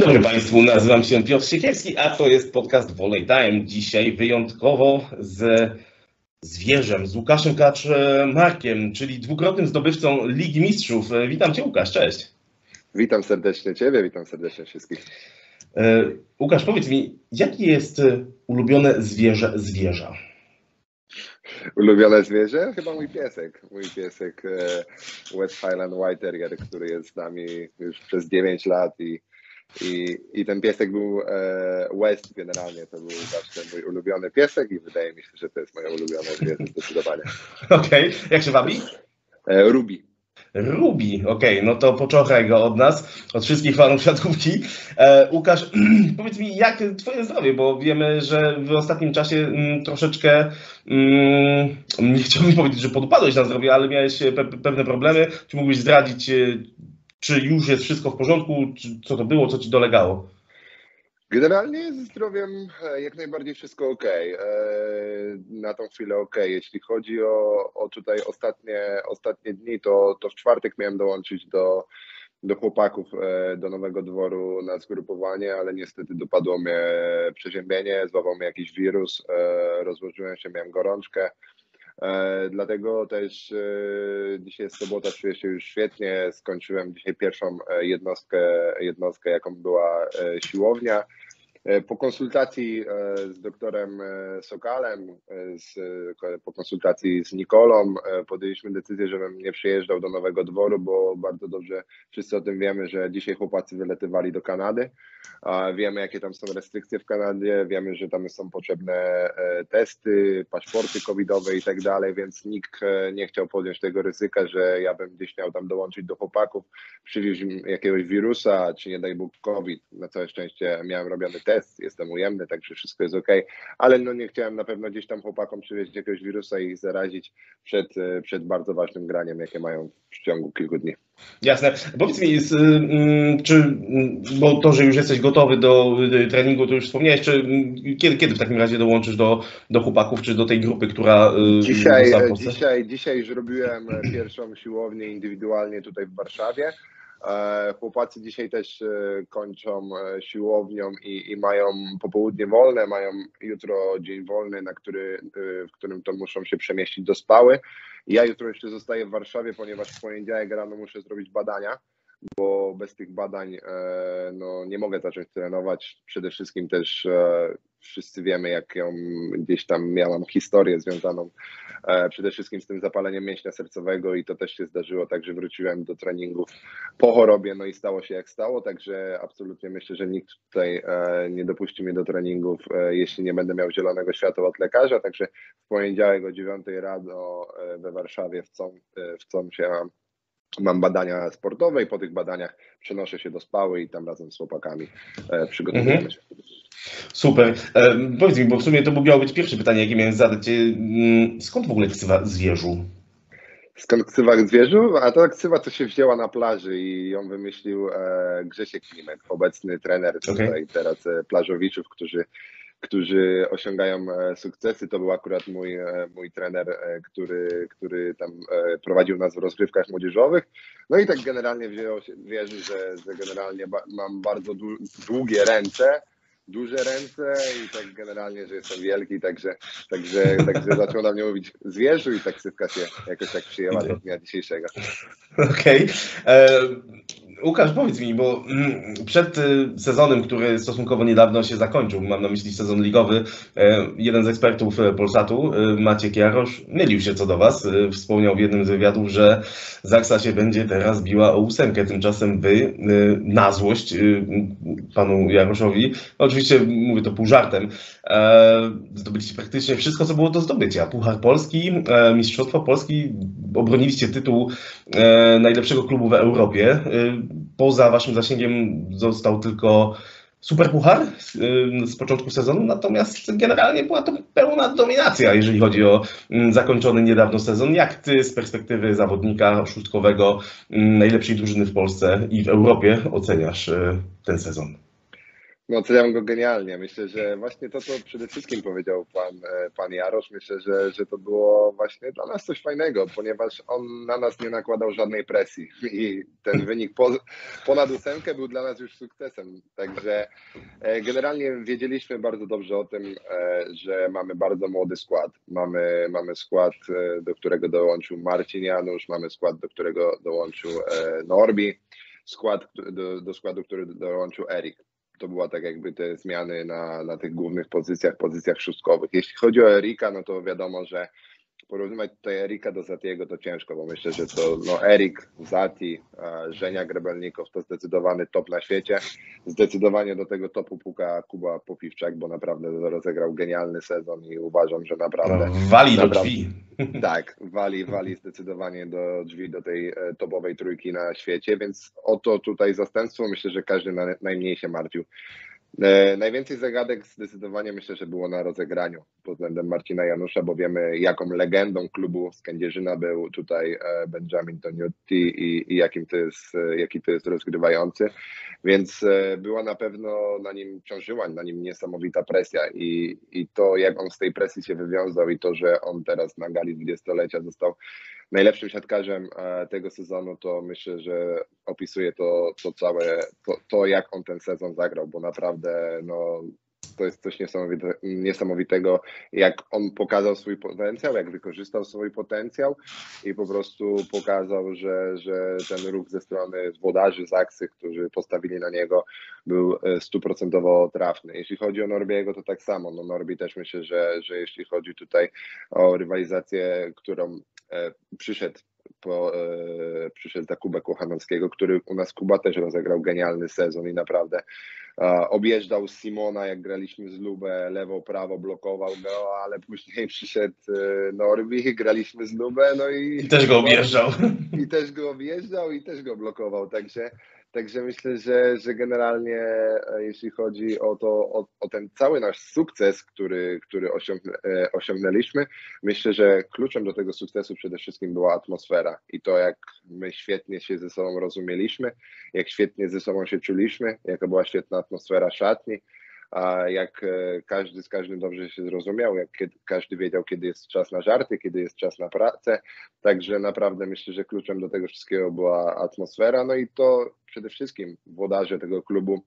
Dzień dobry Państwu, nazywam się Piotr Siekierski, a to jest podcast Volley Time. Dzisiaj wyjątkowo z zwierzem, z Łukaszem Kaczmarkiem, czyli dwukrotnym zdobywcą Ligi Mistrzów. Witam Cię, Łukasz, cześć. Witam serdecznie Ciebie, witam serdecznie wszystkich. Łukasz, powiedz mi, jakie jest ulubione zwierza? Ulubione zwierzę? Chyba mój piesek. Mój piesek West Highland White Terrier, który jest z nami już przez 9 lat i ten piesek był West generalnie, to był właśnie mój ulubiony piesek i wydaje mi się, że to jest moje ulubione zwierzę zdecydowanie. Okej. Jak się wabi? Ruby. Ruby, okej, no to poczoraj go od nas, od wszystkich fanów siatkówki. Łukasz, powiedz mi, jak Twoje zdrowie, bo wiemy, że w ostatnim czasie troszeczkę, nie chciałbym powiedzieć, że podupadłeś na zdrowie, ale miałeś pewne problemy. Czy mógłbyś zdradzić, czy już jest wszystko w porządku, co to było, co Ci dolegało? Generalnie ze zdrowiem jak najbardziej wszystko ok. Na tą chwilę ok. Jeśli chodzi o tutaj ostatnie dni, to w czwartek miałem dołączyć do chłopaków do Nowego Dworu na zgrupowanie, ale niestety dopadło mnie przeziębienie, złapał mnie jakiś wirus, rozłożyłem się, miałem gorączkę. Dlatego też dzisiaj jest sobota, czuję się już świetnie. Skończyłem dzisiaj pierwszą jednostkę jaką była siłownia. Po konsultacji z doktorem Sokalem, po konsultacji z Nikolą podjęliśmy decyzję, żebym nie przyjeżdżał do Nowego Dworu, bo bardzo dobrze wszyscy o tym wiemy, że dzisiaj chłopacy wylatywali do Kanady. Wiemy, jakie tam są restrykcje w Kanadzie, wiemy, że tam są potrzebne testy, paszporty covidowe i tak dalej, więc nikt nie chciał podjąć tego ryzyka, że ja bym gdzieś miał tam dołączyć do chłopaków, przywieźć jakiegoś wirusa, czy nie daj Bóg COVID. Na całe szczęście miałem robiony test, jestem ujemny, także wszystko jest ok, ale no nie chciałem na pewno gdzieś tam chłopakom przywieźć jakiegoś wirusa i ich zarazić przed bardzo ważnym graniem, jakie mają w ciągu kilku dni. Jasne. Powiedz mi, bo to, że już jesteś gotowy do treningu, to już wspomniałeś, czy kiedy w takim razie dołączysz do chłopaków, czy do tej grupy, która Dzisiaj już robiłem pierwszą siłownię indywidualnie tutaj w Warszawie. Chłopacy dzisiaj też kończą siłownią i mają popołudnie wolne, mają jutro dzień wolny, w którym to muszą się przemieścić do Spały. Ja jutro jeszcze zostaję w Warszawie, ponieważ w poniedziałek rano muszę zrobić badania, bo bez tych badań no, nie mogę zacząć trenować. Przede wszystkim też wszyscy wiemy, jaką gdzieś tam miałam historię związaną przede wszystkim z tym zapaleniem mięśnia sercowego i to też się zdarzyło, także wróciłem do treningów po chorobie, no i stało się jak stało, także absolutnie myślę, że nikt tutaj nie dopuści mnie do treningów, jeśli nie będę miał zielonego światła od lekarza, także w poniedziałek o 9 rano we Warszawie w COMSie mam badania sportowe i po tych badaniach przenoszę się do Spały i tam razem z chłopakami przygotowujemy się. Super. Powiedz mi, bo w sumie to miało być pierwsze pytanie, jakie miałem zadać. Skąd w ogóle ksywa Zwierzu? Skąd ksywa Zwierzu? A ta ksywa to się wzięła na plaży i ją wymyślił Grzesiek Klimek, obecny trener tutaj teraz plażowiczów, którzy osiągają sukcesy. To był akurat mój trener, który tam prowadził nas w rozgrywkach młodzieżowych. No i tak generalnie wierzy, że generalnie mam bardzo długie ręce, duże ręce i tak generalnie, że jestem wielki, także zaczął na mnie mówić Zwierzu i ta ksywka się jakoś tak przyjęła do dnia dzisiejszego. Okej. Łukasz, powiedz mi, bo przed sezonem, który stosunkowo niedawno się zakończył, mam na myśli sezon ligowy, jeden z ekspertów Polsatu, Maciek Jarosz, mylił się co do Was. Wspomniał w jednym z wywiadów, że Zaksa się będzie teraz biła o 8. Tymczasem Wy, na złość panu Jaroszowi, oczywiście mówię to pół żartem, zdobyliście praktycznie wszystko, co było do zdobycia. Puchar Polski, Mistrzostwo Polski, obroniliście tytuł najlepszego klubu w Europie. Poza waszym zasięgiem został tylko Superpuchar z początku sezonu, natomiast generalnie była to pełna dominacja, jeżeli chodzi o zakończony niedawno sezon. Jak ty z perspektywy zawodnika szóstkowego najlepszej drużyny w Polsce i w Europie oceniasz ten sezon? No, oceniam go genialnie. Myślę, że właśnie to, co przede wszystkim powiedział pan Jarosz, myślę, że to było właśnie dla nas coś fajnego, ponieważ on na nas nie nakładał żadnej presji i ten wynik ponad 8 był dla nas już sukcesem. Także generalnie wiedzieliśmy bardzo dobrze o tym, że mamy bardzo młody skład. Mamy skład, do którego dołączył Marcin Janusz, mamy skład, do którego dołączył Norbi, do składu, który dołączył Erik. To była tak jakby te zmiany na tych głównych pozycjach szóstkowych. Jeśli chodzi o Erika, no to wiadomo, że porównywać tutaj Erika do Zatiego to ciężko, bo myślę, że to Erik, Zati, Żenia Grebelnikow to zdecydowany top na świecie. Zdecydowanie do tego topu puka Kuba Popiwczak, bo naprawdę rozegrał genialny sezon i uważam, że naprawdę... Wali do drzwi. Tak, wali zdecydowanie do drzwi do tej topowej trójki na świecie, więc o to tutaj zastępstwo myślę, że każdy najmniej się martwił. Najwięcej zagadek zdecydowanie myślę, że było na rozegraniu pod względem Marcina Janusza, bo wiemy, jaką legendą klubu z Kędzierzyna był tutaj Benjamin Toniutti i jaki to jest rozgrywający, więc była na pewno ciążyła na nim niesamowita presja i to, jak on z tej presji się wywiązał i to, że on teraz na gali 20-lecia został najlepszym siatkarzem tego sezonu, to myślę, że opisuje to jak on ten sezon zagrał, bo naprawdę to jest coś niesamowitego, jak on pokazał swój potencjał, jak wykorzystał swój potencjał i po prostu pokazał, że ten ruch ze strony włodarzy Zaksy, którzy postawili na niego, był 100% trafny. Jeśli chodzi o Norbiego, to tak samo. Norbi też myślę, że jeśli chodzi tutaj o rywalizację, którą przyszedł za Kubę Kochanowskiego, który u nas Kuba też rozegrał genialny sezon i naprawdę objeżdżał Simona, jak graliśmy z Lubę, lewo, prawo, blokował go, ale później przyszedł Norbi, graliśmy z Lubę, I też go objeżdżał. I też go objeżdżał i też go blokował, Także myślę, że generalnie jeśli chodzi o ten cały nasz sukces, który osiągnęliśmy, myślę, że kluczem do tego sukcesu przede wszystkim była atmosfera i to, jak my świetnie się ze sobą rozumieliśmy, jak świetnie ze sobą się czuliśmy, jaka była świetna atmosfera szatni, a jak każdy z każdym dobrze się zrozumiał, jak każdy wiedział, kiedy jest czas na żarty, kiedy jest czas na pracę. Także naprawdę myślę, że kluczem do tego wszystkiego była atmosfera. No i to przede wszystkim włodarze tego klubu,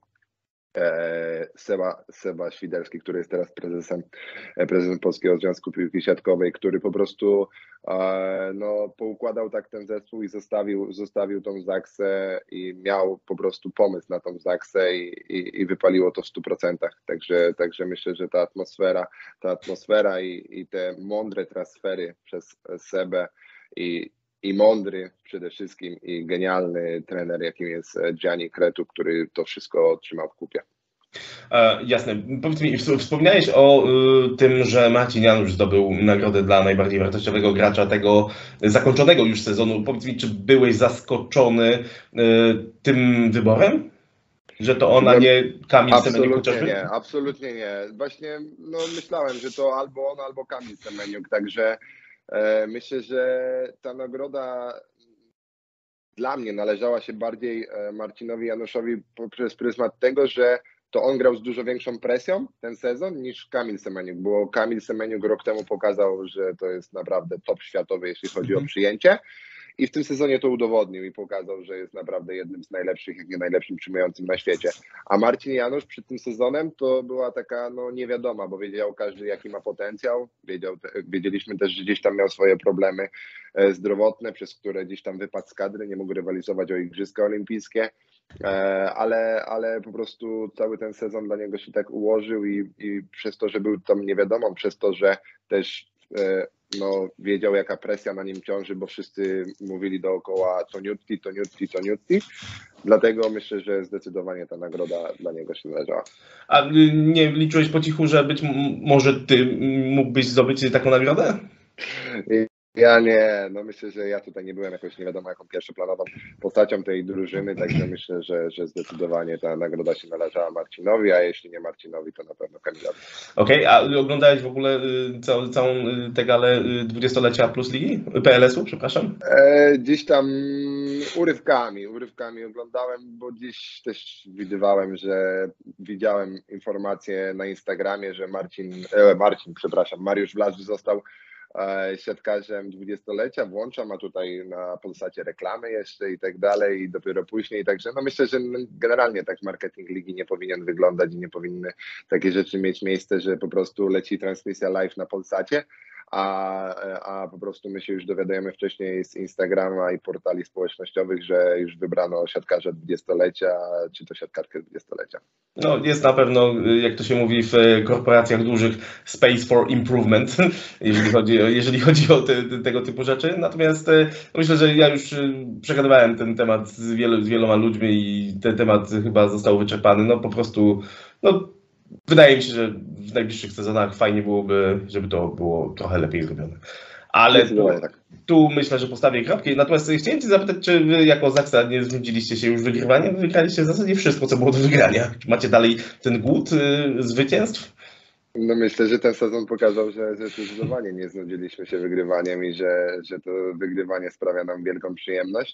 Seba Świderski, który jest teraz prezesem Polskiego Związku Piłki Siatkowej, który po prostu poukładał tak ten zespół i zostawił tą Zaksę i miał po prostu pomysł na tą Zaksę i wypaliło to w 100%. Także myślę, że ta atmosfera i te mądre transfery przez Sebę i mądry przede wszystkim i genialny trener, jakim jest Gianni Cretu, który to wszystko trzymał w kupie. Jasne. Powiedz mi, wspomniałeś o tym, że Marcin Janusz zdobył nagrodę dla najbardziej wartościowego gracza tego zakończonego już sezonu. Powiedz mi, czy byłeś zaskoczony tym wyborem? Że to on, a nie Kamil Semeniuk chociażby? Absolutnie nie. Właśnie myślałem, że to albo on, albo Kamil Semeniuk, także myślę, że ta nagroda dla mnie należała się bardziej Marcinowi Januszowi przez pryzmat tego, że to on grał z dużo większą presją ten sezon niż Kamil Semeniuk, bo Kamil Semeniuk rok temu pokazał, że to jest naprawdę top światowy, jeśli chodzi o przyjęcie. I w tym sezonie to udowodnił i pokazał, że jest naprawdę jednym z najlepszych, jak nie najlepszym przyjmującym na świecie. A Marcin Janusz przed tym sezonem to była taka niewiadoma, bo wiedział każdy, jaki ma potencjał. Wiedzieliśmy też, że gdzieś tam miał swoje problemy zdrowotne, przez które gdzieś tam wypadł z kadry, nie mógł rywalizować o Igrzyska Olimpijskie. Ale po prostu cały ten sezon dla niego się tak ułożył i przez to, że był tam niewiadomą, przez to, że też wiedział, jaka presja na nim ciąży, bo wszyscy mówili dookoła Toniutti. Dlatego myślę, że zdecydowanie ta nagroda dla niego się należała. A nie liczyłeś po cichu, że być może ty mógłbyś zdobyć taką nagrodę? Ja nie, no myślę, że ja tutaj nie byłem jakoś nie wiadomo jaką pierwszoplanową postacią tej drużyny, także myślę, że zdecydowanie ta nagroda się należała Marcinowi, a jeśli nie Marcinowi, to na pewno Kamilowi. Okej, a oglądałeś w ogóle całą tę galę 20-lecia Plus Ligi? PLS-u, przepraszam? Gdzieś tam urywkami oglądałem, bo gdzieś też widziałem informację na Instagramie, że Mariusz Błażej został siatkarzem 20-lecia, włączam, a tutaj na Polsacie reklamy jeszcze i tak dalej i dopiero później, także no myślę, że generalnie tak marketing ligi nie powinien wyglądać i nie powinny takie rzeczy mieć miejsce, że po prostu leci transmisja live na Polsacie, a po prostu my się już dowiadujemy wcześniej z Instagrama i portali społecznościowych, że już wybrano siatkarza 20-lecia, czy to siatkarkę 20-lecia. No, jest na pewno, jak to się mówi w korporacjach dużych, space for improvement, jeżeli chodzi o tego typu rzeczy. Natomiast myślę, że ja już przegadywałem ten temat z wieloma ludźmi i ten temat chyba został wyczerpany. No po prostu, no, wydaje mi się, że w najbliższych sezonach fajnie byłoby, żeby to było trochę lepiej zrobione. Ale tu myślę, że postawię kropkę. Natomiast chciałem Cię zapytać, czy Wy jako Zaksa nie znudziliście się już wygrywaniem? Wygraliście w zasadzie wszystko, co było do wygrania. Czy macie dalej ten głód zwycięstw? No myślę, że ten sezon pokazał, że zdecydowanie nie znudziliśmy się wygrywaniem i że to wygrywanie sprawia nam wielką przyjemność.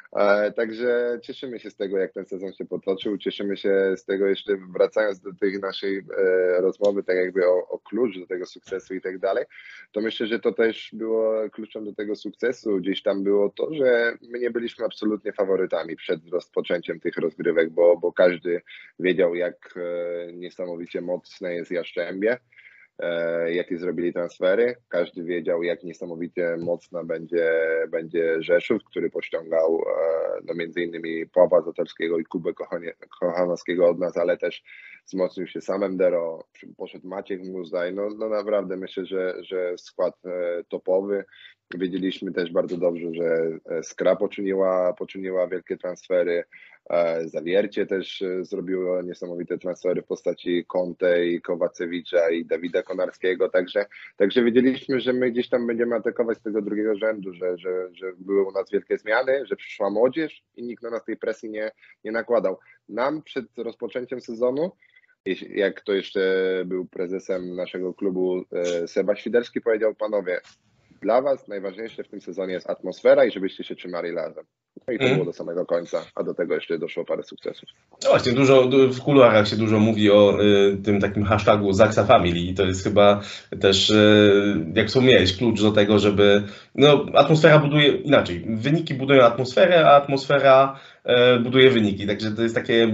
Także cieszymy się z tego, jak ten sezon się potoczył. Cieszymy się z tego, jeszcze wracając do tej naszej rozmowy, tak jakby o klucz do tego sukcesu i tak dalej, to myślę, że to też było kluczem do tego sukcesu. Gdzieś tam było to, że my nie byliśmy absolutnie faworytami przed rozpoczęciem tych rozgrywek, bo każdy wiedział, jak niesamowicie mocne jest Jastrzębie, jakie zrobili transfery. Każdy wiedział, jak niesamowicie mocna będzie Rzeszów, który pościągał no między innymi Pawła Zatorskiego i Kubę Kochanowskiego od nas, ale też wzmocnił się sam Endero, poszedł Maciek Muzdaj. No naprawdę myślę, że skład topowy. Wiedzieliśmy też bardzo dobrze, że Skra poczyniła wielkie transfery. Zawiercie też zrobiło niesamowite transfery w postaci Conte i Kowacewicza i Dawida Konarskiego, także wiedzieliśmy, że my gdzieś tam będziemy atakować z tego drugiego rzędu, że były u nas wielkie zmiany, że przyszła młodzież i nikt na nas tej presji nie nakładał. Nam przed rozpoczęciem sezonu, jak to jeszcze był prezesem naszego klubu Seba Świderski, powiedział: panowie, dla was najważniejsze w tym sezonie jest atmosfera i żebyście się trzymali razem. No i to było do samego końca, a do tego jeszcze doszło parę sukcesów. No właśnie, w kuluarach się dużo mówi o tym takim hashtagu Zaksa Family i to jest chyba też, jak wspomniałeś, klucz do tego, żeby, no, atmosfera buduje, inaczej, wyniki budują atmosferę, a atmosfera buduje wyniki, także to jest takie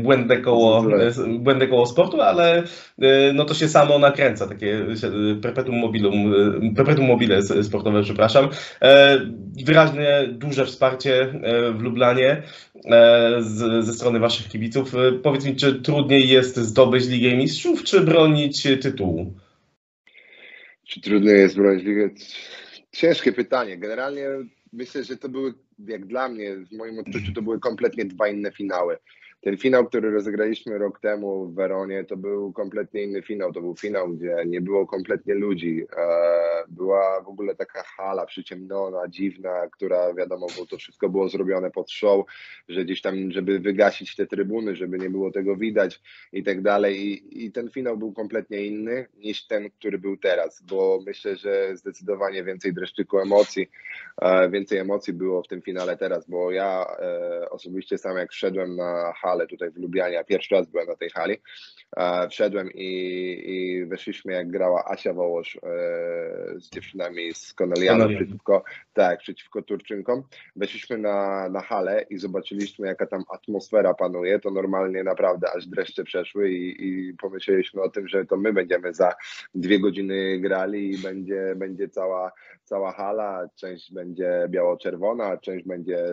błędne koło sportu, ale no to się samo nakręca, takie perpetuum mobile sportowe, przepraszam. Wyraźnie duże wsparcie w Lublanie ze strony waszych kibiców. Powiedz mi, czy trudniej jest zdobyć Ligę Mistrzów, czy bronić tytułu? Czy trudniej jest bronić Ligę? Ciężkie pytanie. Generalnie myślę, że to były, jak dla mnie, w moim odczuciu, to były kompletnie dwa inne finały. Ten finał, który rozegraliśmy rok temu w Weronie, to był kompletnie inny finał. To był finał, gdzie nie było kompletnie ludzi. Była w ogóle taka hala przyciemniona, dziwna, która, wiadomo, bo to wszystko było zrobione pod show, że gdzieś tam, żeby wygasić te trybuny, żeby nie było tego widać i tak dalej. I ten finał był kompletnie inny niż ten, który był teraz, bo myślę, że zdecydowanie więcej dreszczyku emocji, więcej emocji było w tym finale teraz, bo ja osobiście sam jak wszedłem na halę tutaj w Lublianie, a pierwszy raz byłem na tej hali, wszedłem i weszliśmy, jak grała Asia Wołosz z dziewczynami z Konelianu przeciwko Turczynkom. Weszliśmy na halę i zobaczyliśmy, jaka tam atmosfera panuje. To normalnie naprawdę aż dreszcze przeszły i pomyśleliśmy o tym, że to my będziemy za 2 godziny grali i będzie cała hala, część będzie biało-czerwona, część będzie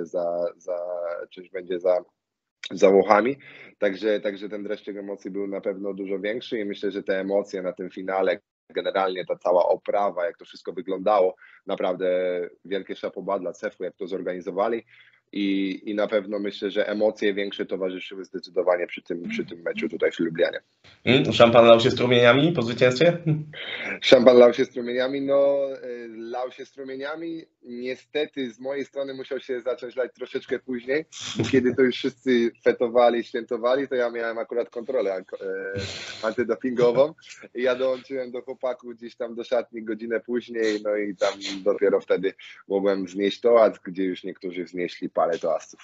za Łochami, także ten dreszczyk emocji był na pewno dużo większy i myślę, że te emocje na tym finale, generalnie ta cała oprawa, jak to wszystko wyglądało, naprawdę wielkie chapeau bas dla CEF-u, jak to zorganizowali i na pewno myślę, że emocje większe towarzyszyły zdecydowanie przy tym meczu tutaj w Lublianie. Szampan lał się strumieniami po zwycięstwie? Szampan lał się strumieniami, no lał się strumieniami, niestety z mojej strony musiał się zacząć lać troszeczkę później, bo kiedy to już wszyscy fetowali, świętowali, to ja miałem akurat kontrolę antydopingową i ja dołączyłem do chłopaków gdzieś tam do szatni godzinę później, no i tam dopiero wtedy mogłem wznieść toast, gdzie już niektórzy wznieśli parę toastów.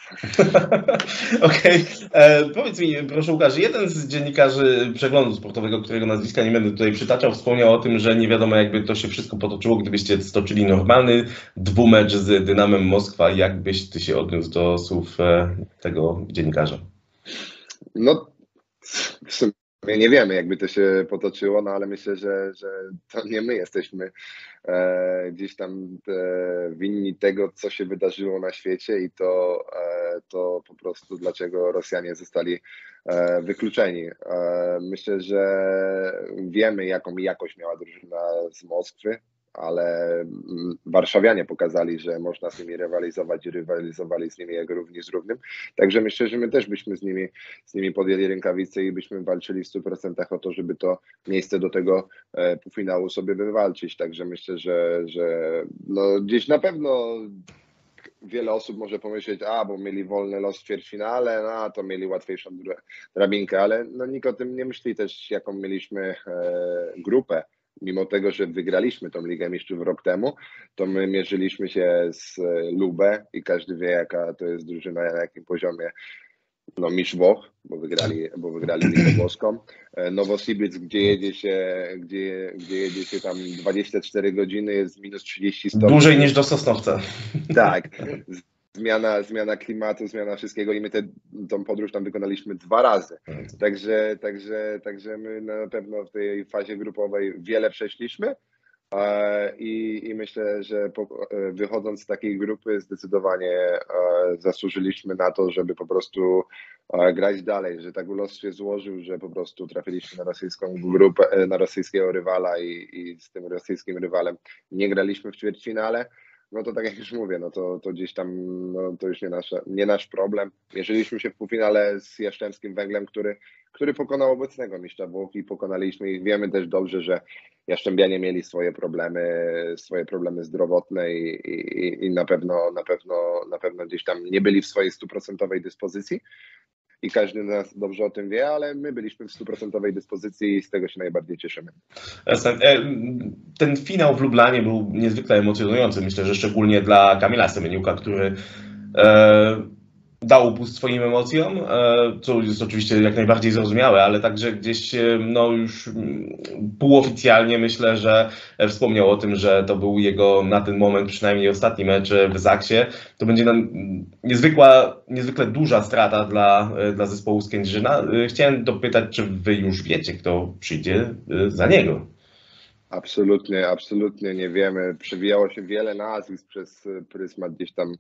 Okej. Powiedz mi, proszę Łukasz, jeden z dziennikarzy Przeglądu Sportowego, którego nazwiska nie będę tutaj przytaczał, wspomniał o tym, że nie wiadomo, jakby to się wszystko potoczyło, gdybyście stoczyli normalny dwumecz z Dynamem Moskwa. Jak byś ty się odniósł do słów tego dziennikarza? No, w sumie nie wiemy, jakby to się potoczyło, no ale myślę, że to nie my jesteśmy gdzieś tam winni tego, co się wydarzyło na świecie i to po prostu dlaczego Rosjanie zostali wykluczeni. Myślę, że wiemy, jaką jakość miała drużyna z Moskwy, ale warszawianie pokazali, że można z nimi rywalizować i rywalizowali z nimi jak równi z równym. Także myślę, że my też byśmy z nimi podjęli rękawice i byśmy walczyli w 100% o to, żeby to miejsce do tego półfinału sobie wywalczyć. Także myślę, że no gdzieś na pewno wiele osób może pomyśleć, bo mieli wolny los w ćwierćfinale, no to mieli łatwiejszą drabinkę, ale no nikt o tym nie myśli też, jaką mieliśmy grupę. Mimo tego, że wygraliśmy tą Ligę Mistrzów rok temu, to my mierzyliśmy się z Lubę i każdy wie, jaka to jest drużyna, na jakim poziomie. No mistrz Włoch, bo wygrali Ligę Włoską. Nowosibirsk, gdzie jedzie się tam 24 godziny, jest minus 30 stopni. Dłużej niż do Sosnowca. Tak. Zmiana klimatu, zmiana wszystkiego i my tą podróż tam wykonaliśmy 2 razy. Także my na pewno w tej fazie grupowej wiele przeszliśmy i myślę, że wychodząc z takiej grupy zdecydowanie zasłużyliśmy na to, żeby po prostu grać dalej, że tak los się złożył, że po prostu trafiliśmy na rosyjską grupę, na rosyjskiego rywala i z tym rosyjskim rywalem nie graliśmy w ćwierćfinale. No to tak jak już mówię, no to gdzieś tam no to już nie nasz problem. Mierzyliśmy się w półfinale z Jastrzębskim Węglem, który pokonał obecnego mistrza Włoch i pokonaliśmy ich. Wiemy też dobrze, że Jastrzębianie mieli swoje problemy zdrowotne i na pewno gdzieś tam nie byli w swojej 100% dyspozycji. I każdy z nas dobrze o tym wie, ale my byliśmy w 100% dyspozycji i z tego się najbardziej cieszymy. Ten finał w Lublanie był niezwykle emocjonujący. Myślę, że szczególnie dla Kamila Semeniuka, który dał upust swoim emocjom, co jest oczywiście jak najbardziej zrozumiałe, ale także gdzieś no już półoficjalnie myślę, że wspomniał o tym, że to był jego na ten moment przynajmniej ostatni mecz w Zaksie. To będzie niezwykle duża strata dla zespołu z Kędzierzyna. Chciałem dopytać, czy wy już wiecie, kto przyjdzie za niego? Absolutnie nie wiemy. Przewijało się wiele nazwisk przez pryzmat gdzieś tam,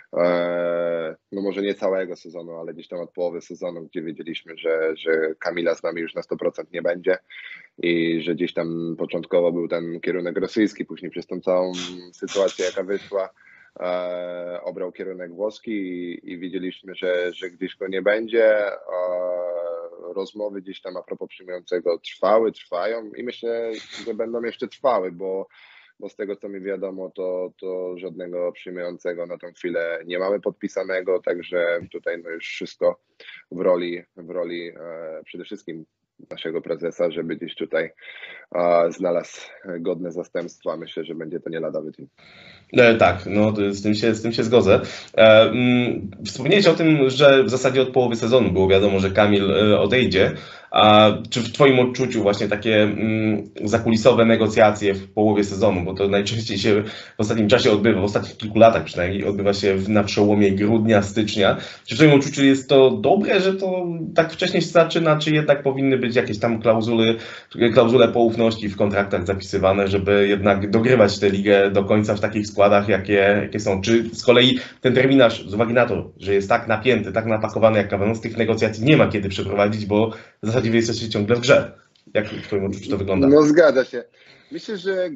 no może nie całego sezonu, ale gdzieś tam od połowy sezonu, gdzie wiedzieliśmy, że Kamila z nami już na 100% nie będzie i że gdzieś tam początkowo był ten kierunek rosyjski, później przez tą całą sytuację, jaka wyszła, obrał kierunek włoski i wiedzieliśmy, że gdzieś go nie będzie. Rozmowy gdzieś tam a propos przyjmującego trwają i myślę, że będą jeszcze trwały, bo z tego co mi wiadomo, to żadnego przyjmującego na tą chwilę nie mamy podpisanego, także tutaj no już wszystko w roli przede wszystkim naszego prezesa, żeby gdzieś tutaj znalazł godne zastępstwa. Myślę, że będzie to nie lada wydzień. Tak, no z tym się zgodzę. Wspomniałeś o tym, że w zasadzie od połowy sezonu było wiadomo, że Kamil odejdzie. A czy w twoim odczuciu właśnie takie zakulisowe negocjacje w połowie sezonu, bo to najczęściej się w ostatnim czasie odbywa, w ostatnich kilku latach przynajmniej, odbywa się na przełomie grudnia, stycznia. Czy w twoim odczuciu jest to dobre, że to tak wcześnie się zaczyna, czy jednak powinny być jakieś tam klauzule poufności w kontraktach zapisywane, żeby jednak dogrywać tę ligę do końca w takich składach, jakie są? Czy z kolei ten terminarz, z uwagi na to, że jest tak napięty, tak napakowany jak kawanos, tych negocjacji nie ma kiedy przeprowadzić, bo w zasadzie wy jesteście ciągle w grze. Jak w twoim odczuciu to wygląda? No zgadza się. Myślę,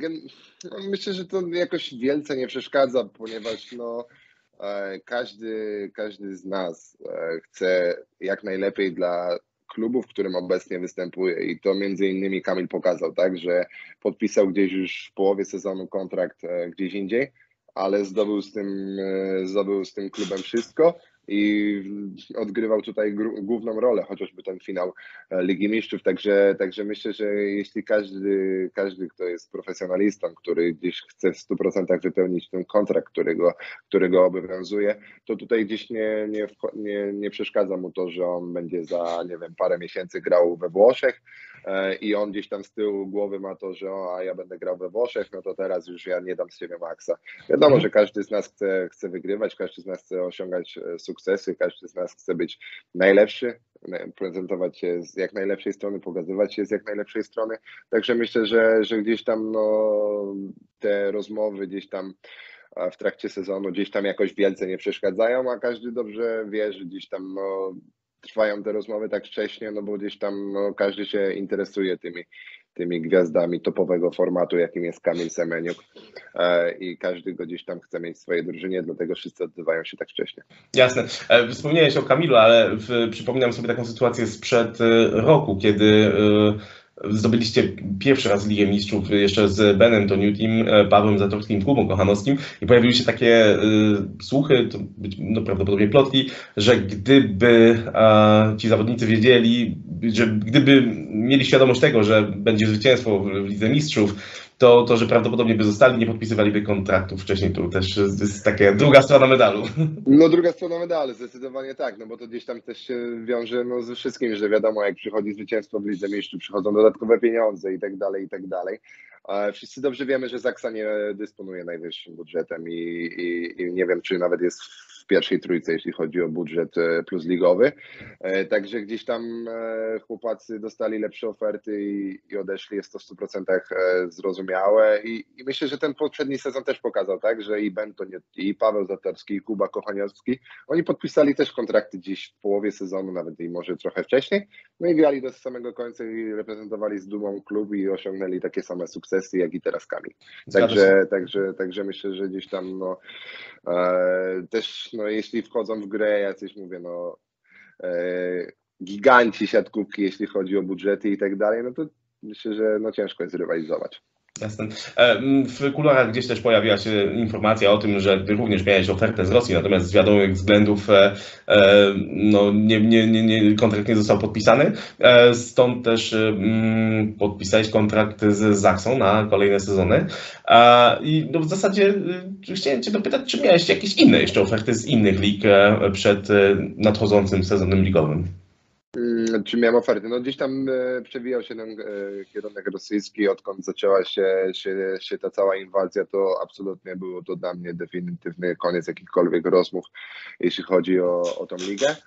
że to jakoś wielce nie przeszkadza, ponieważ no, każdy z nas chce jak najlepiej dla klubu, w którym obecnie występuje i to między innymi Kamil pokazał, tak, że podpisał gdzieś już w połowie sezonu kontrakt gdzieś indziej, ale zdobył z tym klubem wszystko i odgrywał tutaj główną rolę, chociażby ten finał Ligi Mistrzów, także myślę, że jeśli każdy, kto jest profesjonalistą, który gdzieś chce w 100% wypełnić ten kontrakt, którego obowiązuje, to tutaj gdzieś nie przeszkadza mu to, że on będzie za, nie wiem, parę miesięcy grał we Włoszech i on gdzieś tam z tyłu głowy ma to, że a ja będę grał we Włoszech, no to teraz już ja nie dam z siebie maksa. Wiadomo, że każdy z nas chce wygrywać, każdy z nas chce osiągać sukcesy, każdy z nas chce być najlepszy, prezentować się z jak najlepszej strony, pokazywać się z jak najlepszej strony. Także myślę, że gdzieś tam te rozmowy gdzieś tam w trakcie sezonu gdzieś tam jakoś wielce nie przeszkadzają, a każdy dobrze wie, że gdzieś tam trwają te rozmowy tak wcześnie, no bo gdzieś tam każdy się interesuje tymi gwiazdami topowego formatu, jakim jest Kamil Semeniuk i każdy go gdzieś tam chce mieć w swojej drużynie, dlatego wszyscy odzywają się tak wcześnie. Jasne. Wspomniałeś o Kamilu, ale przypominam sobie taką sytuację sprzed roku, kiedy zdobyliście pierwszy raz Ligę Mistrzów jeszcze z Benem, to New Team, Pawłem Zatorskim, Kubą Kochanowskim i pojawiły się takie słuchy, to prawdopodobnie plotki, że gdyby ci zawodnicy wiedzieli, że gdyby mieli świadomość tego, że będzie zwycięstwo w Lidze Mistrzów, to że prawdopodobnie by zostali, nie podpisywaliby kontraktów wcześniej. To też jest taka druga strona medalu. No druga strona medalu, zdecydowanie tak, no bo to gdzieś tam też się wiąże ze wszystkim, że wiadomo, jak przychodzi zwycięstwo w Lidze Mistrzów, przychodzą dodatkowe pieniądze i tak dalej, i tak dalej. Wszyscy dobrze wiemy, że Zaksa nie dysponuje najwyższym budżetem i nie wiem, czy nawet jest w pierwszej trójce, jeśli chodzi o budżet plus ligowy. Także gdzieś tam chłopacy dostali lepsze oferty i odeszli, jest to w 100% zrozumiałe i myślę, że ten poprzedni sezon też pokazał, tak, że i Benton, i Paweł Zatorski, i Kuba Kochaniowski, oni podpisali też kontrakty gdzieś w połowie sezonu, nawet i może trochę wcześniej, no i grali do samego końca i reprezentowali z dumą klub i osiągnęli takie same sukcesy, jak i teraz Kamil. Także myślę, że gdzieś tam też jeśli wchodzą w grę jacyś, mówię, giganci siatkówki, jeśli chodzi o budżety i tak dalej, no to myślę, że ciężko jest rywalizować. Jasne. W kuluarach gdzieś też pojawiła się informacja o tym, że ty również miałeś ofertę z Rosji, natomiast z wiadomych względów kontrakt nie został podpisany. Stąd też podpisałeś kontrakt z Zaksą na kolejne sezony. I w zasadzie chciałem cię dopytać, czy miałeś jakieś inne jeszcze oferty z innych lig przed nadchodzącym sezonem ligowym? Czy miałem oferty? No gdzieś tam przewijał się ten kierunek rosyjski, odkąd zaczęła się ta cała inwazja, to absolutnie było to dla mnie definitywny koniec jakichkolwiek rozmów, jeśli chodzi o tą ligę.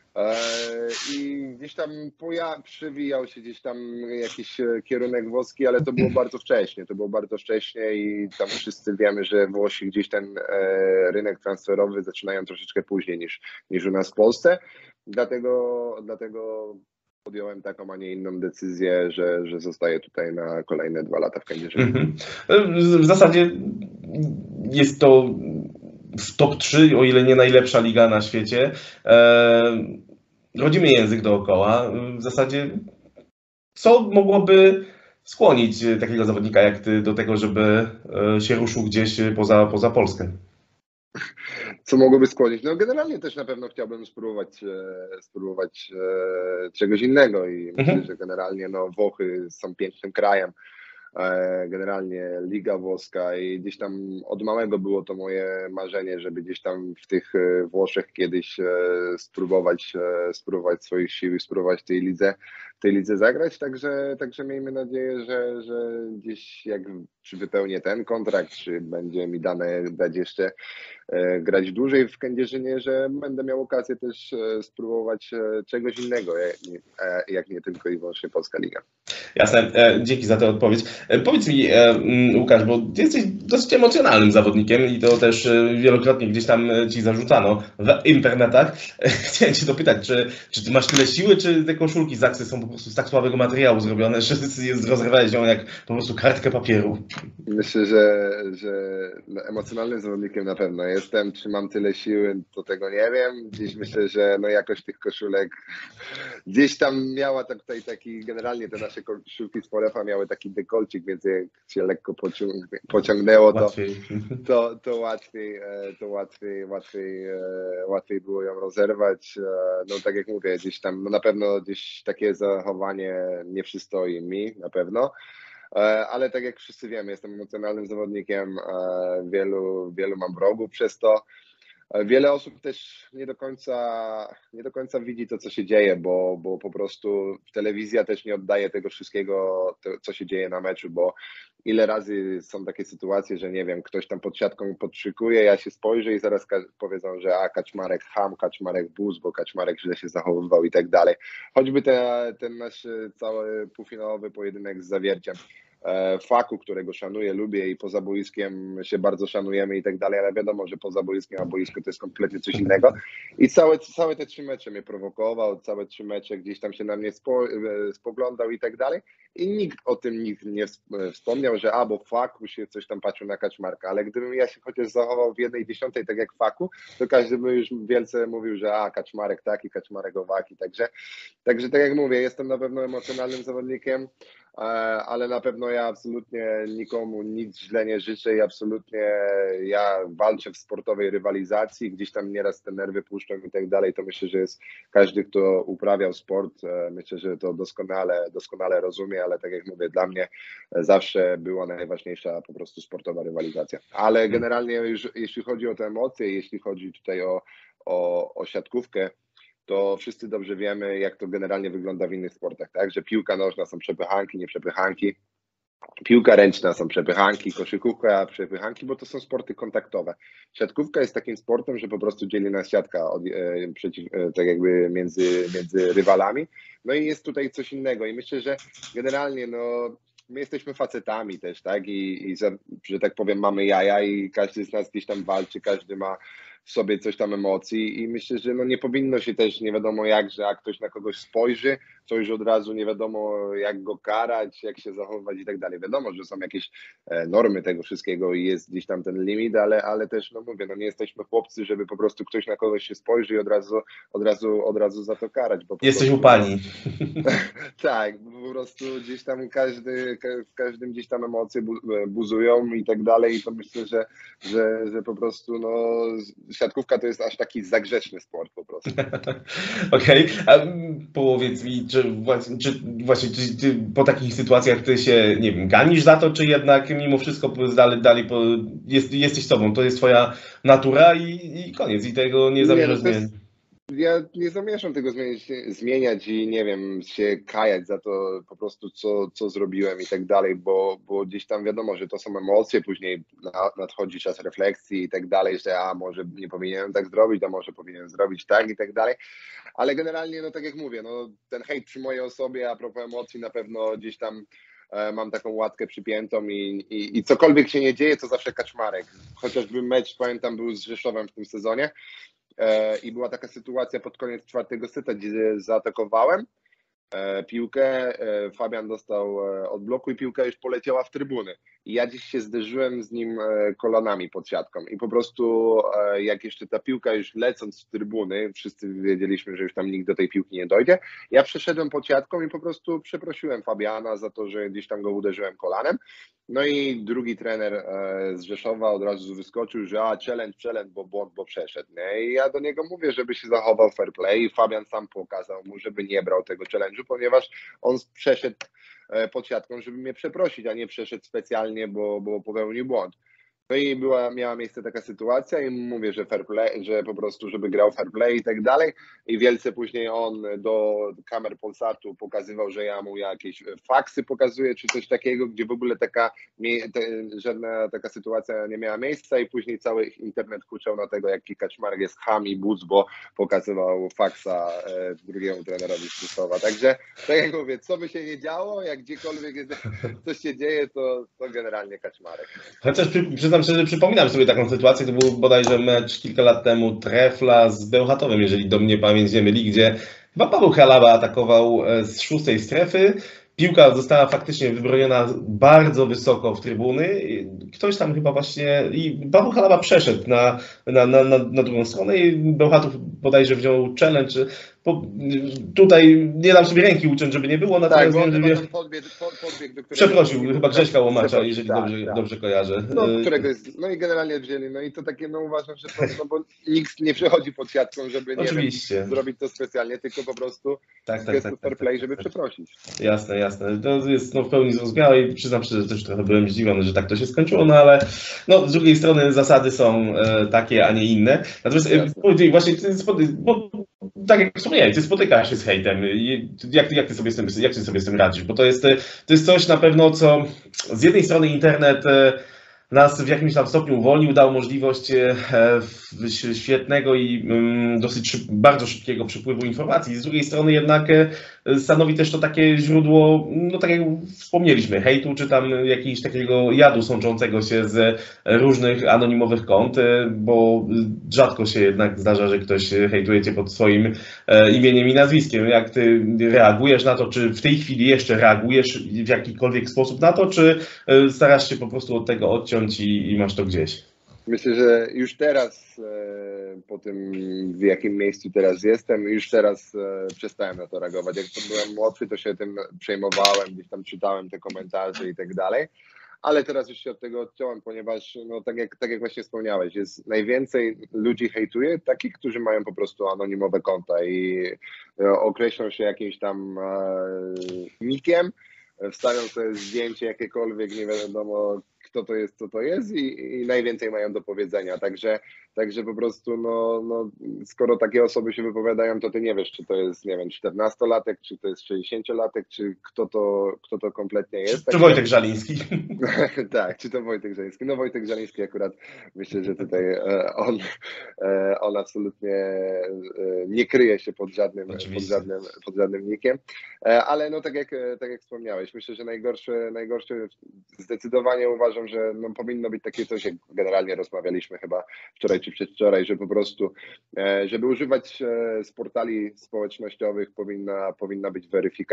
I gdzieś tam przewijał się gdzieś tam jakiś kierunek włoski, ale to było bardzo wcześnie i tam wszyscy wiemy, że Włosi gdzieś ten rynek transferowy zaczynają troszeczkę później niż u nas w Polsce. Dlatego podjąłem taką, a nie inną decyzję, że zostaję tutaj na kolejne 2 lata w Kędzierzynie. W zasadzie jest to w top 3, o ile nie najlepsza liga na świecie. Rodzimy język dookoła. W zasadzie co mogłoby skłonić takiego zawodnika jak ty do tego, żeby się ruszył gdzieś poza Polskę? Co mogłoby skłonić? No generalnie też na pewno chciałbym spróbować czegoś innego i myślę, że generalnie Włochy są pięknym krajem. Generalnie Liga Włoska i gdzieś tam od małego było to moje marzenie, żeby gdzieś tam w tych Włoszech kiedyś spróbować swoich sił i spróbować w tej lidze zagrać, także miejmy nadzieję, że gdzieś jak czy wypełnię ten kontrakt, czy będzie mi dać jeszcze grać dłużej w Kędzierzynie, że będę miał okazję też spróbować czegoś innego, jak nie tylko i wyłącznie Polska Liga. Jasne, dzięki za tę odpowiedź. Powiedz mi, Łukasz, bo ty jesteś dosyć emocjonalnym zawodnikiem i to też wielokrotnie gdzieś tam ci zarzucano w internetach. Chciałem cię dopytać, czy ty masz tyle siły, czy te koszulki z Zaksy są po prostu z tak słabego materiału zrobione, że rozrywałeś ją jak po prostu kartkę papieru. Myślę, że emocjonalnym zawodnikiem na pewno jestem. Czy mam tyle siły, to tego nie wiem. Dziś myślę, że no jakość tych koszulek gdzieś tam miała tutaj taki, generalnie te nasze koszulki z Polefa miały taki dekolcik, więc jak się lekko pociągnęło, to łatwiej było ją rozerwać. No tak jak mówię, gdzieś tam, no na pewno gdzieś takie zachowanie nie przystoi mi, na pewno. Ale tak jak wszyscy wiemy, jestem emocjonalnym zawodnikiem, wielu mam wrogów przez to. Wiele osób też nie do końca widzi to, co się dzieje, bo po prostu telewizja też nie oddaje tego wszystkiego, co się dzieje na meczu, bo ile razy są takie sytuacje, że nie wiem, ktoś tam pod siatką podszykuje, ja się spojrzę i zaraz powiedzą, że Kaczmarek ham, Kaczmarek buz, bo Kaczmarek źle się zachowywał i tak dalej. Choćby ten nasz cały półfinałowy pojedynek z Zawierciem. Faku, którego szanuję, lubię i poza boiskiem się bardzo szanujemy i tak dalej, ale wiadomo, że poza boiskiem a boisko to jest kompletnie coś innego. I całe te 3 mecze mnie prowokował, całe 3 mecze gdzieś tam się na mnie spoglądał i tak dalej. I nikt nie wspomniał, że bo Faku się coś tam patrzył na Kaczmarka, ale gdybym ja się chociaż zachował w 1/10 tak jak Faku, to każdy by już wielce mówił, że Kaczmarek taki, Kaczmarek owaki. Także tak jak mówię, jestem na pewno emocjonalnym zawodnikiem, ale na pewno ja absolutnie nikomu nic źle nie życzę i absolutnie ja walczę w sportowej rywalizacji, gdzieś tam nieraz te nerwy puszczą i tak dalej, to myślę, że jest każdy, kto uprawiał sport, myślę, że to doskonale rozumie, ale tak jak mówię, dla mnie zawsze była najważniejsza po prostu sportowa rywalizacja. Ale generalnie już jeśli chodzi o te emocje, jeśli chodzi tutaj o siatkówkę, to wszyscy dobrze wiemy, jak to generalnie wygląda w innych sportach, tak? Że piłka nożna są przepychanki, nie przepychanki, piłka ręczna są przepychanki, koszykówka przepychanki, bo to są sporty kontaktowe. Siatkówka jest takim sportem, że po prostu dzieli nas siatka tak jakby między rywalami. No i jest tutaj coś innego i myślę, że generalnie my jesteśmy facetami też, tak? I że tak powiem, mamy jaja i każdy z nas gdzieś tam walczy, każdy ma w sobie coś tam emocji i myślę, że nie powinno się też nie wiadomo jak, że jak ktoś na kogoś spojrzy, to już od razu nie wiadomo jak go karać, jak się zachowywać i tak dalej. Wiadomo, że są jakieś normy tego wszystkiego i jest gdzieś tam ten limit, ale też mówię, nie jesteśmy chłopcy, żeby po prostu ktoś na kogoś się spojrzy i od razu za to karać. Bo jesteś upalni. Tak, bo po prostu gdzieś tam w każdym gdzieś tam emocje buzują i tak dalej i to myślę, że po prostu siatkówka to jest aż taki zagrzeczny sport po prostu. Okej, a powiedz mi, czy ty po takich sytuacjach ty się, nie wiem, ganisz za to, czy jednak mimo wszystko dalej jesteś sobą, to jest twoja natura i koniec, i tego nie zamierzasz zmieniać? Ja nie zamierzam tego zmieniać i nie wiem, się kajać za to po prostu, co zrobiłem i tak dalej, bo gdzieś tam wiadomo, że to są emocje, później nadchodzi czas refleksji i tak dalej, że może nie powinienem tak zrobić, a może powinienem zrobić tak i tak dalej, ale generalnie, tak jak mówię, ten hejt przy mojej osobie a propos emocji na pewno gdzieś tam mam taką łatkę przypiętą i cokolwiek się nie dzieje, to zawsze Kaczmarek. Chociażby mecz, pamiętam, był z Rzeszowem w tym sezonie, i była taka sytuacja pod koniec 4. seta, gdzie zaatakowałem piłkę, Fabian dostał od bloku i piłka już poleciała w trybuny. I ja dziś się zderzyłem z nim kolanami pod siatką i po prostu jak jeszcze ta piłka już lecąc w trybuny, wszyscy wiedzieliśmy, że już tam nikt do tej piłki nie dojdzie, ja przeszedłem pod siatką i po prostu przeprosiłem Fabiana za to, że gdzieś tam go uderzyłem kolanem. No i drugi trener z Rzeszowa od razu wyskoczył, że challenge, bo przeszedł. Nie? I ja do niego mówię, żeby się zachował fair play i Fabian sam pokazał mu, żeby nie brał tego challenge'u, ponieważ on przeszedł pod siatką, żeby mnie przeprosić, a nie przeszedł specjalnie, bo popełnił błąd. No i miała miejsce taka sytuacja i mówię, że fair play, że po prostu, żeby grał fair play i tak dalej. I wielce później on do kamer Polsatu pokazywał, że ja mu jakieś faksy pokazuję, czy coś takiego, gdzie w ogóle żadna taka sytuacja nie miała miejsca i później cały internet huczał na tego, jaki Kaczmarek jest ham i buz, bo pokazywał faksa drugiemu trenerowi z Rzeszowa. Także tak jak mówię, co by się nie działo, jak gdziekolwiek coś się dzieje, to generalnie Kaczmarek. Chociaż przyznam szczerze, przypominam sobie taką sytuację, to był bodajże mecz kilka lat temu Trefla z Bełchatowem, jeżeli do mnie pamięć nie myli, gdzie Chyba Paweł Chalaba atakował z 6. strefy. Piłka została faktycznie wybroniona bardzo wysoko w trybuny. Ktoś tam chyba właśnie. I Paweł Chalaba przeszedł na drugą stronę i Bełchatów bodajże wziął challenge. Tutaj nie dam sobie ręki uciąć, żeby nie było, Tak, natomiast bo on wiem, chyba że tam podbiegł do któregoś... przeprosił chyba Grześka Łomacza, Przeprosił, jeżeli tak, dobrze, tak. dobrze kojarzę. No, któregoś, no i generalnie wzięli, no i to takie, no uważam, że to, no bo nikt nie przechodzi pod siatką, żeby, nie Oczywiście. wiem, zrobić to specjalnie, tylko po prostu Tak, z tak, gestu tak, fair tak, play, tak, żeby tak. przeprosić. Jasne, jasne. To jest w pełni zrozumiałe i przyznam szczerze, że też trochę byłem zdziwiony, że tak to się skończyło, no ale no, z drugiej strony zasady są takie, a nie inne. Natomiast właśnie, bo, tak jak wspomniałeś, ty spotykasz się z hejtem. Jak ty sobie z tym radzisz? Bo to jest coś na pewno, co z jednej strony internet nas w jakimś tam stopniu uwolnił, dał możliwość świetnego i bardzo szybkiego przepływu informacji. Z drugiej strony jednak stanowi też to takie źródło, no tak jak wspomnieliśmy, hejtu, czy tam jakiegoś takiego jadu sączącego się z różnych anonimowych kont, bo rzadko się jednak zdarza, że ktoś hejtuje cię pod swoim imieniem i nazwiskiem. Jak ty reagujesz na to, czy w tej chwili jeszcze reagujesz w jakikolwiek sposób na to, czy starasz się po prostu od tego odciąć i masz to gdzieś? Myślę, że już teraz, po tym w jakim miejscu teraz jestem, już teraz przestałem na to reagować. Jak to byłem młodszy, to się tym przejmowałem, gdzieś tam czytałem te komentarze i tak dalej. Ale teraz już się od tego odciąłem, ponieważ, no, tak jak właśnie wspomniałeś, jest najwięcej ludzi hejtuje, takich, którzy mają po prostu anonimowe konta i określą się jakimś tam nikiem, wstawią sobie zdjęcie jakiekolwiek, nie wiadomo kto to jest, co to jest i najwięcej mają do powiedzenia. Także po prostu, no, skoro takie osoby się wypowiadają, to ty nie wiesz, czy to jest, nie wiem, 14-latek, czy to jest 60-latek, czy kto to kompletnie jest. Czy Wojtek Żaliński? Tak, czy to Wojtek Żaliński? No Wojtek Żaliński akurat, myślę, że tutaj on absolutnie nie kryje się pod żadnym nikiem, ale no tak jak wspomniałeś, myślę, że najgorsze zdecydowanie uważam, że no, powinno być takie coś, jak generalnie rozmawialiśmy chyba wczoraj czy przedwczoraj, że po prostu, żeby używać z portali społecznościowych powinna być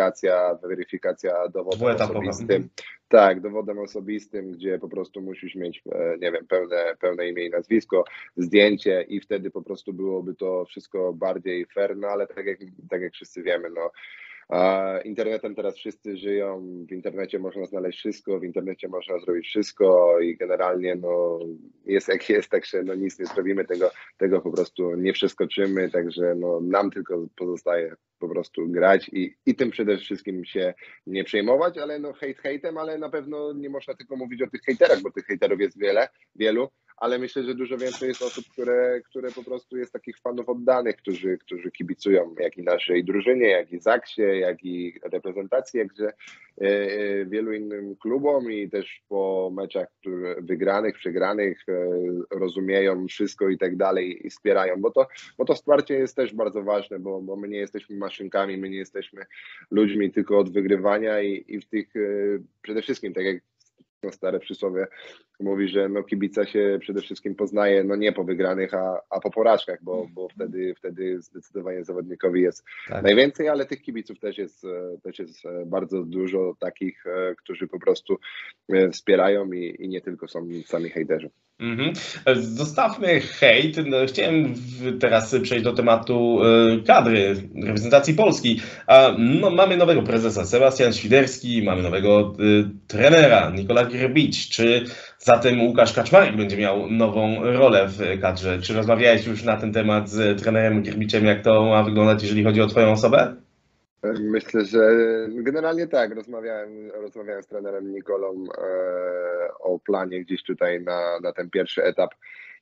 weryfikacja dowodem osobistym. Tak, dowodem osobistym, gdzie po prostu musisz mieć, nie wiem, pełne imię i nazwisko, zdjęcie i wtedy po prostu byłoby to wszystko bardziej fair, no ale tak jak wszyscy wiemy, no internetem teraz wszyscy żyją, w internecie można znaleźć wszystko, w internecie można zrobić wszystko i generalnie no, jest jak jest, także no, nic nie zrobimy, tego po prostu nie przeskoczymy, także no, nam tylko pozostaje po prostu grać i tym przede wszystkim się nie przejmować, ale no hejtem, ale na pewno nie można tylko mówić o tych hejterach, bo tych hejterów jest wielu, ale myślę, że dużo więcej jest osób, które po prostu jest takich fanów oddanych, którzy kibicują jak i naszej drużynie, jak i Zaksie, jak i reprezentacji, jakże wielu innym klubom i też po meczach wygranych, przegranych rozumieją wszystko i tak dalej i wspierają, bo to wsparcie jest też bardzo ważne, bo my nie jesteśmy maszynkami, my nie jesteśmy ludźmi tylko od wygrywania i w tych przede wszystkim, tak jak no stare przysłowie mówi, że no kibica się przede wszystkim poznaje no nie po wygranych, a po porażkach, bo wtedy zdecydowanie zawodnikowi jest najwięcej, ale tych kibiców też jest bardzo dużo takich, którzy po prostu wspierają i nie tylko są sami hejterzy. Zostawmy hejt. No, chciałem teraz przejść do tematu kadry reprezentacji Polski. No, mamy nowego prezesa Sebastian Świderski, mamy nowego trenera Nikola Grbić. Czy zatem Łukasz Kaczmarek będzie miał nową rolę w kadrze? Czy rozmawiałeś już na ten temat z trenerem Grbiciem, jak to ma wyglądać, jeżeli chodzi o twoją osobę? Myślę, że generalnie tak, rozmawiałem z trenerem Nikolą o planie gdzieś tutaj na ten pierwszy etap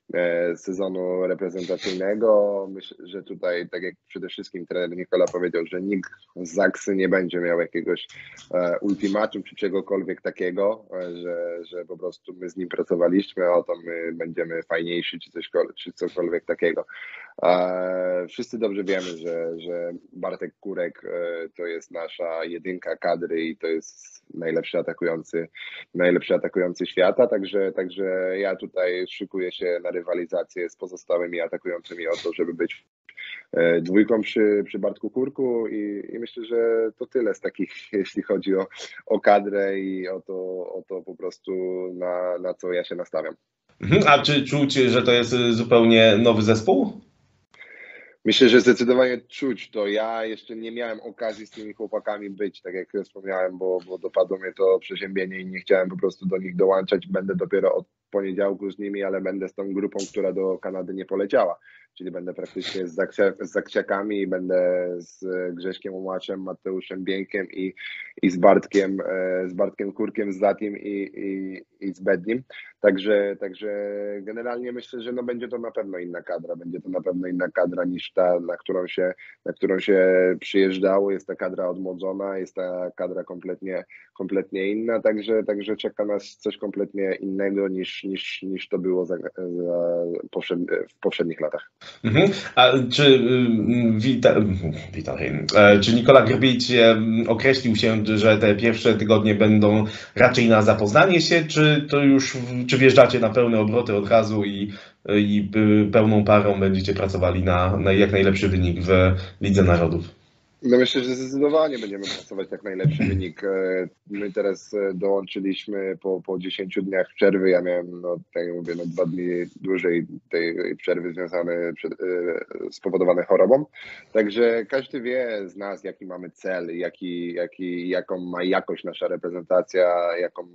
sezonu reprezentacyjnego. Myślę, że tutaj, tak jak przede wszystkim trener Nikola powiedział, że nikt z Zaksy nie będzie miał jakiegoś ultimatum czy czegokolwiek takiego, że po prostu my z nim pracowaliśmy, o to my będziemy fajniejsi czy cokolwiek takiego. Wszyscy dobrze wiemy, że Bartek Kurek to jest nasza jedynka kadry i to jest najlepszy atakujący świata, także ja tutaj szykuję się na rywalizację z pozostałymi atakującymi o to, żeby być dwójką przy Bartku Kurku i myślę, że to tyle z takich, jeśli chodzi o kadrę i o to po prostu na co ja się nastawiam. A czy czuć, że to jest zupełnie nowy zespół? Myślę, że zdecydowanie czuć to. Ja jeszcze nie miałem okazji z tymi chłopakami być, tak jak wspomniałem, bo dopadło mnie to przeziębienie i nie chciałem po prostu do nich dołączać. Będę dopiero od poniedziałku z nimi, ale będę z tą grupą, która do Kanady nie poleciała. Czyli będę praktycznie z Zaksiakami, będę z Grześkiem Łomaczem, Mateuszem Bieńkiem i z Bartkiem Kurkiem, z Zatim i z Bednim. Także generalnie myślę, że no będzie to na pewno inna kadra. Będzie to na pewno inna kadra niż ta, na którą się przyjeżdżało. Jest ta kadra odmłodzona, jest ta kadra kompletnie inna, także czeka nas coś kompletnie innego niż to było w poprzednich latach. A czy czy Nikola Grbić określił się, że te pierwsze tygodnie będą raczej na zapoznanie się, czy to już wjeżdżacie na pełne obroty od razu i pełną parą będziecie pracowali na jak najlepszy wynik w Lidze Narodów? No myślę, że zdecydowanie będziemy pracować jak najlepszy wynik. My teraz dołączyliśmy po 10 dniach przerwy. Ja miałem, no, tak jak mówię, 2 dni dłużej tej przerwy spowodowane chorobą. Także każdy wie z nas, jaki mamy cel, jaką ma jakość nasza reprezentacja,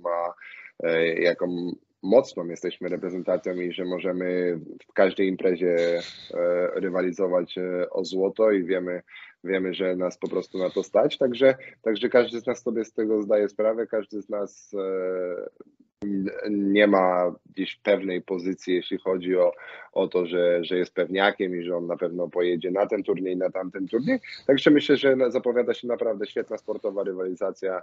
jaką mocną jesteśmy reprezentacją i że możemy w każdej imprezie rywalizować o złoto i wiemy, że nas po prostu na to stać, także każdy z nas sobie z tego zdaje sprawę, każdy z nas nie ma gdzieś pewnej pozycji, jeśli chodzi o to, że jest pewniakiem i że on na pewno pojedzie na ten turniej, na tamten turniej. Także myślę, że zapowiada się naprawdę świetna sportowa rywalizacja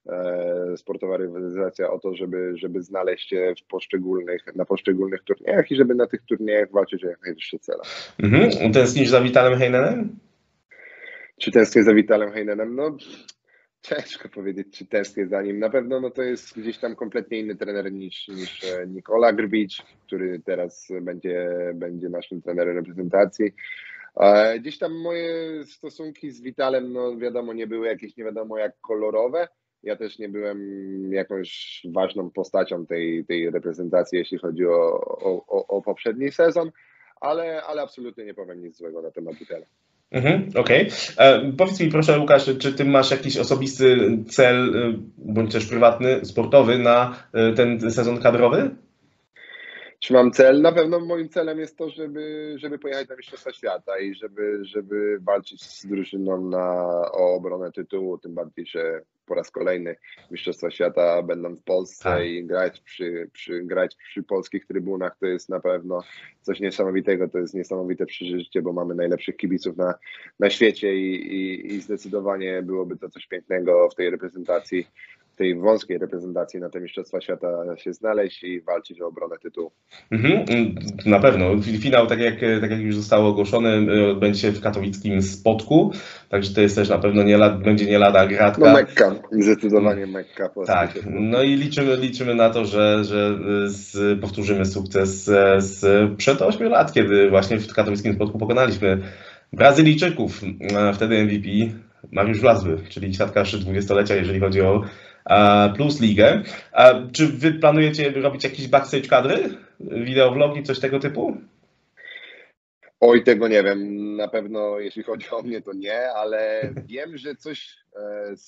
o to, żeby znaleźć się na poszczególnych turniejach i żeby na tych turniejach walczyć o jak najwyższe cele. Tęsknisz za Vitalem Heinenem? Czy tęsknię za Vitalem Heinenem? No, ciężko powiedzieć, czy tęsknię za nim. Na pewno no, to jest gdzieś tam kompletnie inny trener niż Nikola Grbić, który teraz będzie naszym trenerem reprezentacji. Gdzieś tam moje stosunki z Vitalem, no wiadomo, nie były jakieś nie wiadomo jak kolorowe. Ja też nie byłem jakąś ważną postacią tej reprezentacji, jeśli chodzi o poprzedni sezon, ale absolutnie nie powiem nic złego na temat Vitala. Okej. Powiedz mi proszę, Łukasz, czy ty masz jakiś osobisty cel, bądź też prywatny, sportowy na ten sezon kadrowy? Czy mam cel? Na pewno moim celem jest to, żeby pojechać na Mistrzostwa Świata i żeby walczyć z drużyną o obronę tytułu, tym bardziej, że po raz kolejny Mistrzostwa Świata będą w Polsce i grać przy polskich trybunach to jest na pewno coś niesamowitego, to jest niesamowite przeżycie, bo mamy najlepszych kibiców na świecie i zdecydowanie byłoby to coś pięknego w tej reprezentacji, tej wąskiej reprezentacji na te Mistrzostwa Świata się znaleźć i walczyć o obronę tytułu. Na pewno. Finał, tak jak już zostało ogłoszone, odbędzie się w katowickim Spodku, także to jest też na pewno będzie nie lada gratka. No Mekka, zdecydowanie Mekka. Tak, no i liczymy na to, że powtórzymy sukces sprzed 8 lat, kiedy właśnie w katowickim Spodku pokonaliśmy Brazylijczyków. Wtedy MVP Mariusz Wlazły, czyli siatkarz 20-lecia, jeżeli chodzi o Plus Ligę. Czy wy planujecie robić jakiś backstage kadry? Wideovlogi, coś tego typu? Oj, tego nie wiem. Na pewno jeśli chodzi o mnie, to nie, ale wiem, że coś z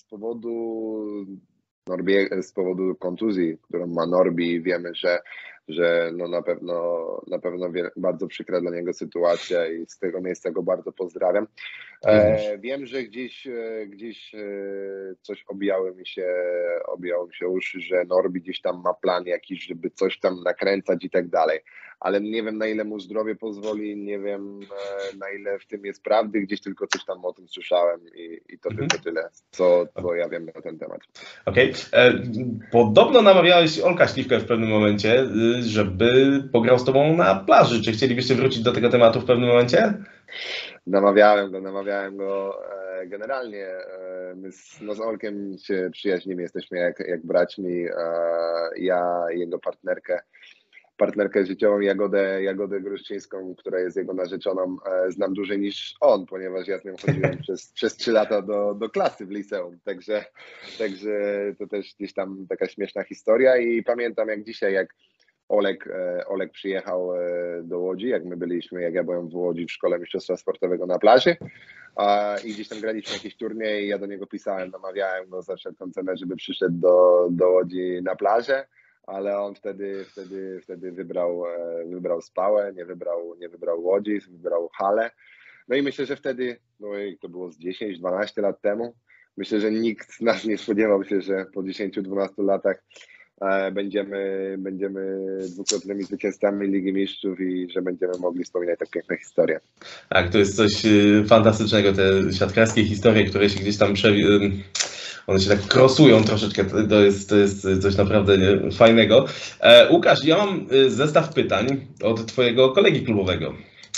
powodu kontuzji, którą ma Norbi, wiemy, że no na pewno bardzo przykra dla niego sytuacja i z tego miejsca go bardzo pozdrawiam. Wiem, że gdzieś coś obijały mi się uszy, że Norbi gdzieś tam ma plan jakiś, żeby coś tam nakręcać i tak dalej, ale nie wiem na ile mu zdrowie pozwoli, nie wiem na ile w tym jest prawdy, gdzieś tylko coś tam o tym słyszałem i to tylko tyle, co ja wiem na ten temat. Okej. Podobno namawiałeś Olka Śliwkę w pewnym momencie, żeby pograł z tobą na plaży. Czy chcielibyście wrócić do tego tematu w pewnym momencie? Namawiałem go. Generalnie my z Olkiem się przyjaźnimy, jesteśmy jak braćmi. Ja i jego partnerkę partnerkę życiową Jagodę Gruszczyńską, która jest jego narzeczoną, znam dłużej niż on, ponieważ ja z nią chodziłem przez 3 lata do klasy w liceum, także to też gdzieś tam taka śmieszna historia i pamiętam jak dzisiaj, jak Olek przyjechał do Łodzi, jak ja byłem w Łodzi w szkole mistrzostwa sportowego na plaży i gdzieś tam graliśmy jakiś turniej i ja do niego pisałem, namawiałem go za wszelką cenę, żeby przyszedł do Łodzi na plażę, ale on wtedy wybrał Spałę, nie wybrał Łodzi, wybrał Halę. No i myślę, że wtedy, to było z 10-12 lat temu, myślę, że nikt z nas nie spodziewał się, że po 10-12 latach będziemy dwukrotnymi zwycięzcami Ligi Mistrzów i że będziemy mogli wspominać tak piękne historie. Tak, to jest coś fantastycznego, te siatkarskie historie, które się gdzieś tam one się tak krosują troszeczkę, to jest coś naprawdę fajnego. Łukasz, ja mam zestaw pytań od twojego kolegi klubowego.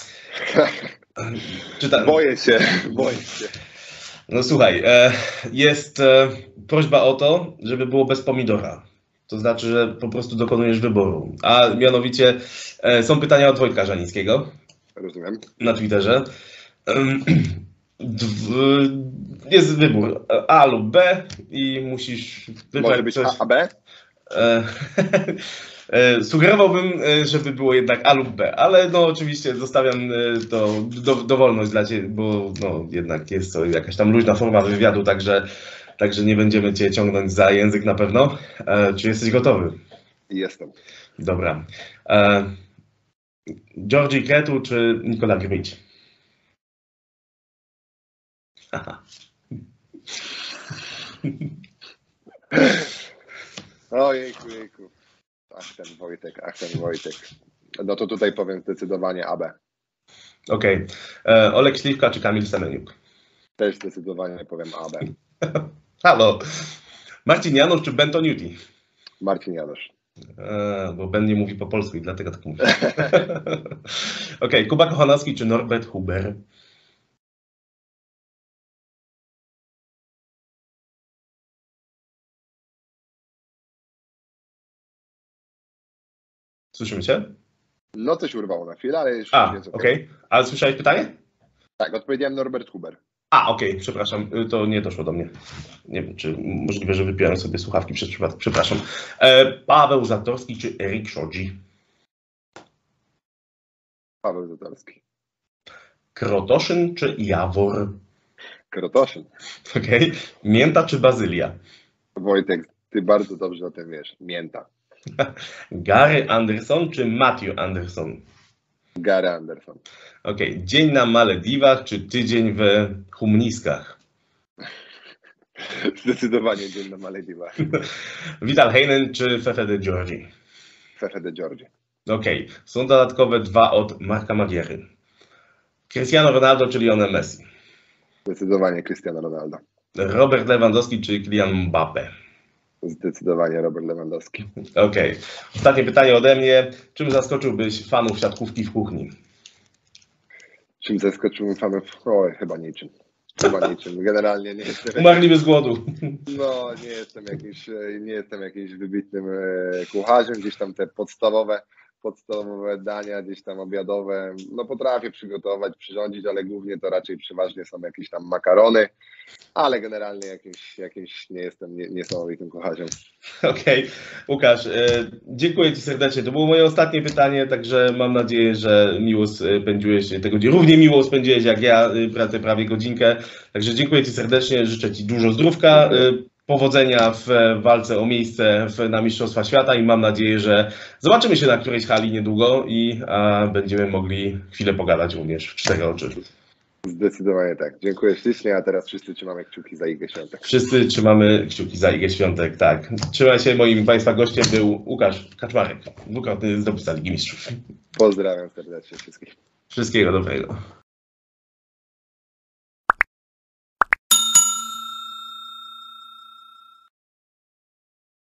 Boję się. No słuchaj, jest prośba o to, żeby było bez pomidora. To znaczy, że po prostu dokonujesz wyboru. A mianowicie są pytania od Wojtka Żanińskiego. Rozumiem. Na Twitterze. Jest wybór A lub B i musisz wybrać. Może być coś. A, B? Sugerowałbym, żeby było jednak A lub B, ale no oczywiście zostawiam to dowolność dla Ciebie, bo no, jednak jest to jakaś tam luźna forma wywiadu, także nie będziemy Cię ciągnąć za język na pewno. Czy jesteś gotowy? Jestem. Dobra. Georgi Kretu czy Nikola Grbić? Ojejku. Ach ten Wojtek. No to tutaj powiem zdecydowanie AB. Okej. Olek Śliwka czy Kamil Semeniuk? Też zdecydowanie powiem AB. Halo. Marcin Janusz czy Bento Newty? Marcin Janusz. Bo Ben nie mówi po polsku i dlatego tak mówię. Okej. Kuba Kochanowski czy Norbert Huber? Słyszymy się? No coś urwało na chwilę, ale już jest okej. Ale słyszałeś pytanie? Tak, odpowiedziałem Norbert Huber. Okej, przepraszam, to nie doszło do mnie. Nie wiem, czy możliwe, że wypiąłem sobie słuchawki przez przypadek. Przepraszam. Paweł Zatorski czy Erik Szodzi? Paweł Zatorski. Krotoszyn czy Jawor? Krotoszyn. Okej. Mięta czy bazylia? Wojtek, ty bardzo dobrze o tym wiesz. Mięta. Gary Anderson czy Matthew Anderson? Gary Anderson. Okej. Dzień na Malediwach czy tydzień w Humniskach? Zdecydowanie dzień na Malediwach. Vital Heinen czy Fefe de Giorgi? Fefe de Giorgi. Okej. Są dodatkowe 2 od Marka Magiery. Cristiano Ronaldo czy Lionel Messi? Zdecydowanie Cristiano Ronaldo. Robert Lewandowski czy Kylian Mbappé? Zdecydowanie Robert Lewandowski. Okej. Ostatnie pytanie ode mnie. Czym zaskoczyłbyś fanów siatkówki w kuchni? Czym zaskoczyłbym fanów? Chyba niczym. Generalnie nie jestem... Umarliby z głodu. No, nie jestem jakimś wybitnym kucharzem. Gdzieś tam te podstawowe dania, gdzieś tam obiadowe, no potrafię przygotować, przyrządzić, ale głównie to raczej przeważnie są jakieś tam makarony, ale generalnie jakimś nie jestem niesamowitym kucharzem. Okej. Łukasz, dziękuję Ci serdecznie. To było moje ostatnie pytanie, także mam nadzieję, że miło spędziłeś równie miło spędziłeś jak ja pracę prawie godzinkę. Także dziękuję Ci serdecznie, życzę Ci dużo zdrówka, powodzenia w walce o miejsce na Mistrzostwa Świata i mam nadzieję, że zobaczymy się na którejś hali niedługo i będziemy mogli chwilę pogadać również w 4 oczy. Zdecydowanie tak. Dziękuję ślicznie, a teraz wszyscy trzymamy kciuki za Igę Świątek. Wszyscy trzymamy kciuki za Igę Świątek, tak. Trzymaj się, moim Państwa gościem był Łukasz Kaczmarek, dwukrotny zdobywca Ligi Mistrzów. Pozdrawiam serdecznie wszystkich. Wszystkiego dobrego.